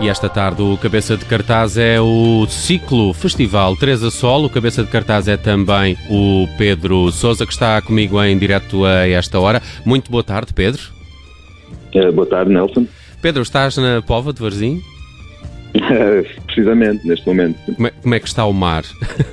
E esta tarde o cabeça de cartaz é o Ciclo Festival 3 a Sol. O cabeça de cartaz é também o Pedro Sousa, que está comigo em direto a esta hora. Muito boa tarde, Pedro. Boa tarde, Nelson. Pedro, estás na Póvoa de Varzim? Precisamente, neste momento. Como é que está o mar?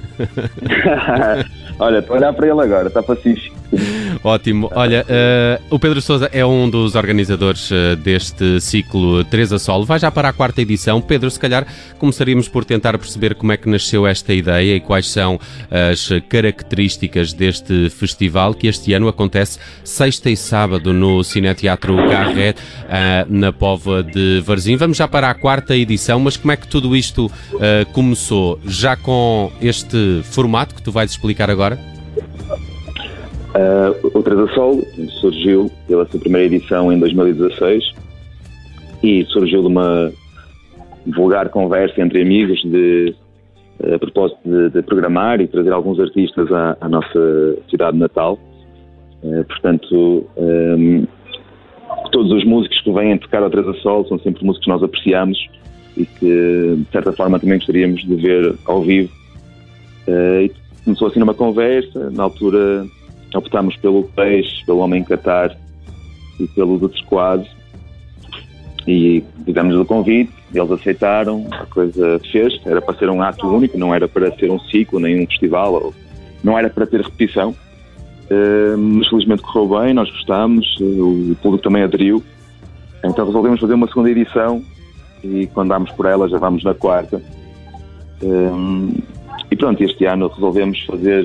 Olha, estou a olhar para ele agora, está pacífico. Ótimo. Olha, o Pedro Sousa é um dos organizadores deste ciclo 3 a Sol. Vai já para a 4ª edição. Pedro, se calhar começaríamos por tentar perceber como é que nasceu esta ideia e quais são as características deste festival, que este ano acontece sexta e sábado no Cineteatro Garret, na Póvoa de Varzim. Vamos já para a 4ª edição, mas como é que tudo isto começou? Já com este formato que tu vais explicar agora? O 3 a Sol surgiu pela sua primeira edição em 2016 e surgiu de uma vulgar conversa entre amigos a propósito de programar e trazer alguns artistas à nossa cidade natal. Portanto, todos os músicos que vêm tocar ao 3 a Sol são sempre músicos que nós apreciamos e que, de certa forma, também gostaríamos de ver ao vivo. E começou assim numa conversa. Na altura optámos pelo Peixe, pelo Homem Catar e pelo Duto Squad e fizemos o convite, eles aceitaram, a coisa fez, era para ser um ato único, não era para ser um ciclo, nem um festival, não era para ter repetição, mas felizmente correu bem, nós gostámos, o público também aderiu, então resolvemos fazer uma segunda edição e quando dámos por ela já vamos na 4ª. E pronto, este ano resolvemos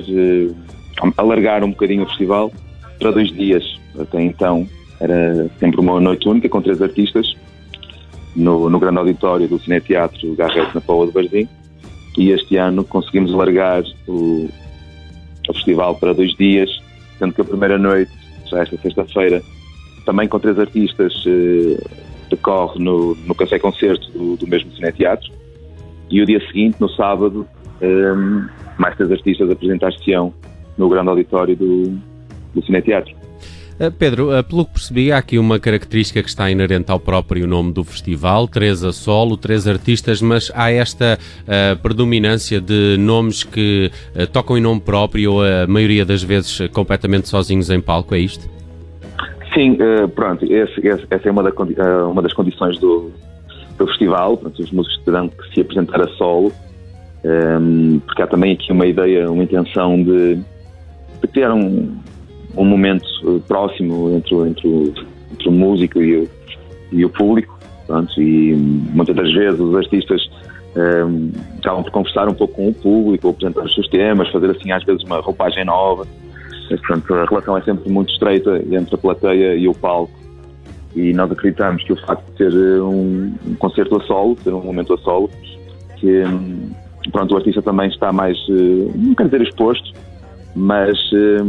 alargar um bocadinho o festival para 2 dias. Até então era sempre uma noite única com 3 artistas no grande auditório do Cineteatro Garret, na Póvoa de Varzim, e este ano conseguimos alargar o festival para 2 dias, sendo que a primeira noite, já esta sexta-feira, também com 3 artistas, decorre no Café Concerto do mesmo Cineteatro, e o dia seguinte, no sábado, mais 3 artistas apresentar-se-ão no grande auditório do Cineteatro. Pedro, pelo que percebi, há aqui uma característica que está inerente ao próprio nome do festival, 3 a Solo, 3 artistas, mas há esta predominância de nomes que tocam em nome próprio, ou a maioria das vezes completamente sozinhos em palco, é isto? Sim, pronto, essa é uma das condições do festival. Pronto, os músicos terão que se apresentar a solo, porque há também aqui uma ideia, uma intenção de criar um momento próximo entre o músico e o público. Pronto, e muitas das vezes os artistas acabam por conversar um pouco com o público, apresentar os seus temas, fazer assim às vezes uma roupagem nova. Mas, portanto, a relação é sempre muito estreita entre a plateia e o palco, e nós acreditamos que o facto de ter um concerto a solo, ter um momento a solo, que pronto, o artista também está mais, não quero dizer exposto, mas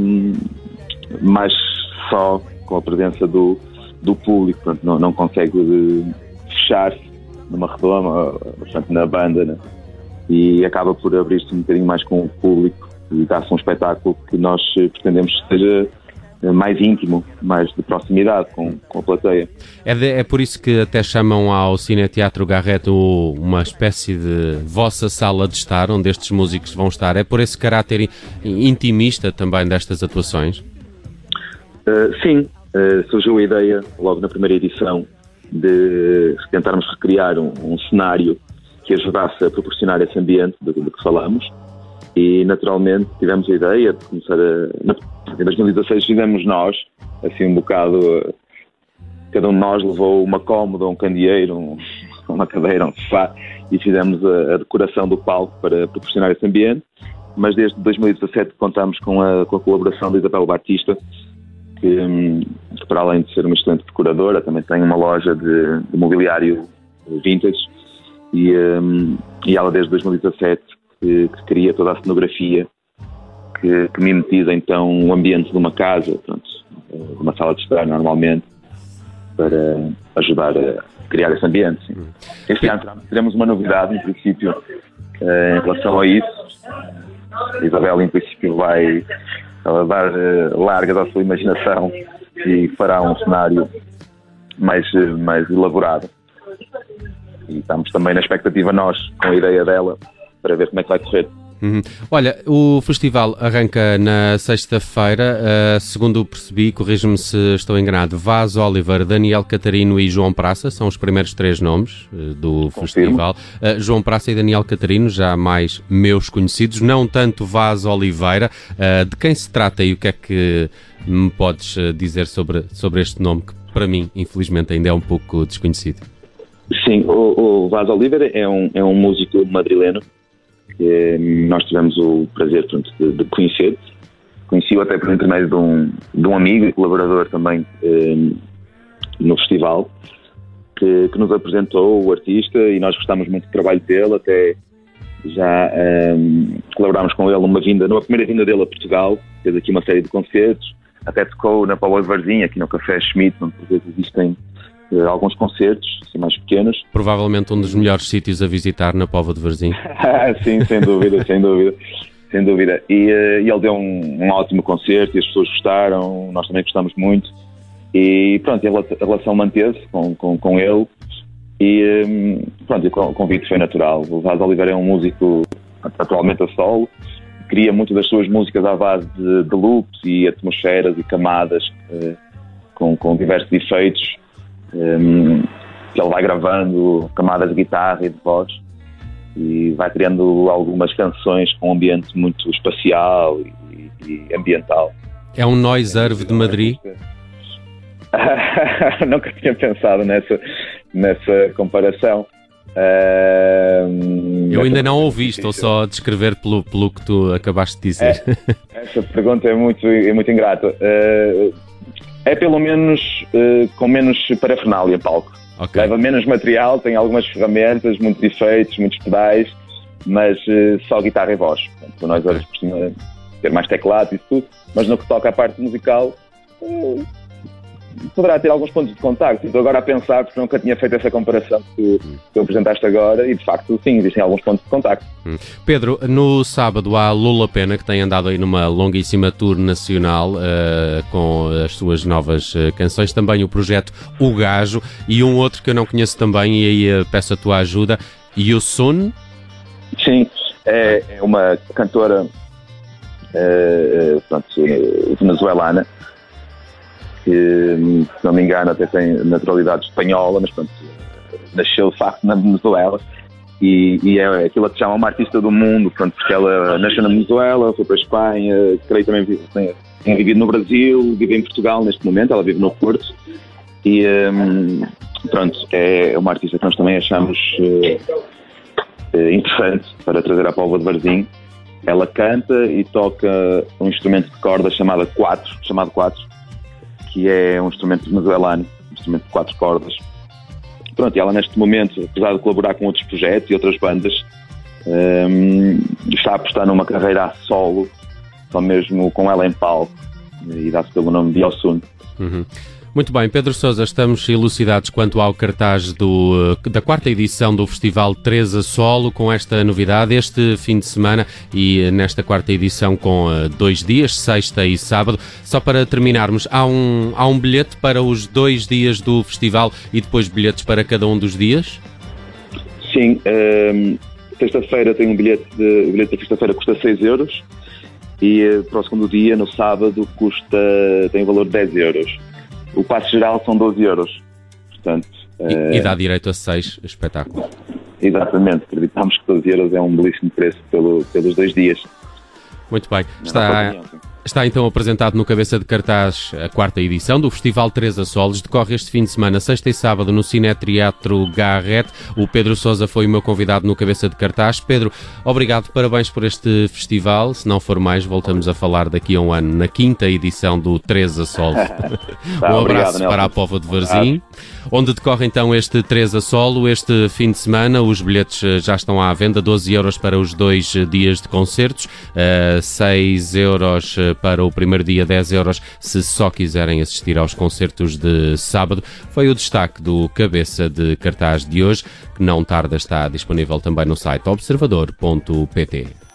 mais só com a presença do público. Portanto, não consegue fechar-se numa redoma, portanto, na banda, né? E acaba por abrir-se um bocadinho mais com o público e dar-se um espetáculo que nós pretendemos que seja mais íntimo, mais de proximidade com a plateia. É por isso que até chamam ao Cineteatro Garret uma espécie de vossa sala de estar, onde estes músicos vão estar. É por esse caráter intimista também destas atuações? Sim, surgiu a ideia, logo na primeira edição, de tentarmos recriar um cenário que ajudasse a proporcionar esse ambiente do que falamos. E, naturalmente, tivemos a ideia de começar em 2016 fizemos nós, assim um bocado, cada um de nós levou uma cómoda, um candeeiro, uma cadeira, um sofá, e fizemos a decoração do palco para proporcionar esse ambiente. Mas desde 2017 contamos com a colaboração de Isabel Batista, que para além de ser uma excelente decoradora, também tem uma loja de mobiliário vintage, e ela desde 2017 que cria toda a cenografia que mimetiza então o ambiente de uma casa, pronto, de uma sala de estar normalmente, para ajudar a criar esse ambiente. Sim. Este ano teremos uma novidade, em princípio, em relação a isso. A Isabel, em princípio, vai dar largas à sua imaginação e fará um cenário mais elaborado. e estamos também na expectativa nós, com a ideia dela, para ver como é que vai correr. Olha, o festival arranca na sexta-feira, segundo percebi, corrijo-me se estou enganado, Vaz Oliver, Daniel Catarino e João Praça, são os primeiros 3 nomes do festival. João Praça e Daniel Catarino, já mais meus conhecidos, não tanto Vaz Oliveira. De quem se trata e o que é que me podes dizer sobre este nome, que para mim, infelizmente, ainda é um pouco desconhecido? Sim, o Vaz Oliver é um músico madrileno. Nós tivemos o prazer de conhecer. Conheci-o até por intermédio de um amigo e colaborador também no festival, que nos apresentou o artista, e nós gostámos muito do trabalho dele. Até já colaborámos com ele numa primeira vinda dele a Portugal. Fez aqui uma série de concertos, até tocou na Póvoa de Varzim, aqui no Café Schmidt, onde por vezes existem alguns concertos, assim, mais pequenos. Provavelmente um dos melhores sítios a visitar na Póvoa de Varzim. Sim, sem dúvida. E ele deu um ótimo concerto e as pessoas gostaram, nós também gostamos muito. E pronto, a relação manteve-se com ele. E pronto, o convite foi natural. O Vaz Oliveira é um músico atualmente a solo, cria muito das suas músicas à base de loops e atmosferas e camadas com diversos efeitos. Que ele vai gravando camadas de guitarra e de voz, e vai criando algumas canções com um ambiente muito espacial e ambiental. É um Noiserve de Madrid? Nunca tinha pensado nessa comparação. Eu ainda não ouvi, estou só a descrever pelo que tu acabaste de dizer. Essa pergunta é muito ingrata. É pelo menos com menos parafernália em palco. Okay. Leva menos material, tem algumas ferramentas, muitos efeitos, muitos pedais, mas só guitarra e voz. Portanto, nós costumamos ter mais teclados e tudo, mas no que toca à parte musical, poderá ter alguns pontos de contacto. Estou agora a pensar, porque nunca tinha feito essa comparação que tu apresentaste agora, e de facto, sim, existem alguns pontos de contacto. Pedro, no sábado há Lula Pena, que tem andado aí numa longuíssima tour nacional com as suas novas canções, também o projeto O Gajo, e um outro que eu não conheço também, e aí peço a tua ajuda, Yusun? Sim, é uma cantora venezuelana, que, se não me engano, até tem naturalidade espanhola, mas pronto, nasceu de facto na Venezuela, e é aquilo que chama uma artista do mundo, pronto, porque ela nasceu na Venezuela, foi para a Espanha, creio também tem vivido no Brasil, vive em Portugal neste momento, ela vive no Porto, e pronto, é uma artista que nós também achamos interessante para trazer à Póvoa de Varzim. Ela canta e toca um instrumento de corda chamado quatro, que é um instrumento venezuelano, um instrumento de 4 cordas. Pronto, e ela neste momento, apesar de colaborar com outros projetos e outras bandas, está a apostar numa carreira a solo, só mesmo com ela em palco, e dá-se pelo nome de Yusun. Muito bem, Pedro Sousa, estamos elucidados quanto ao cartaz da 4ª edição do Festival 3 a Solo, com esta novidade, este fim de semana, e nesta 4ª edição com 2 dias, sexta e sábado. Só para terminarmos, há um bilhete para os 2 dias do festival e depois bilhetes para cada um dos dias? Sim, sexta-feira tem o bilhete da sexta-feira custa 6 euros, e para o segundo dia, no sábado, tem o valor de 10 euros. O passe geral são 12 euros. Portanto, e dá direito a 6 espetáculos. Exatamente. Acreditamos que 12 euros é um belíssimo preço pelos 2 dias. Muito bem. Está então apresentado no cabeça de cartaz a 4ª edição do Festival 3 a Solos. Decorre este fim de semana, sexta e sábado, no Cineteatro Garrett. O Pedro Sousa foi o meu convidado no cabeça de cartaz. Pedro, obrigado, parabéns por este festival. Se não for mais, voltamos a falar daqui a um ano, na 5ª edição do 3 a Solos. Um abraço para a Póvoa de Varzim, onde decorre então este 3 a Solo, este fim de semana. Os bilhetes já estão à venda, 12 euros para os 2 dias de concertos, 6 euros para o primeiro dia, 10 euros se só quiserem assistir aos concertos de sábado. Foi o destaque do cabeça de cartaz de hoje, que não tarda está disponível também no site observador.pt.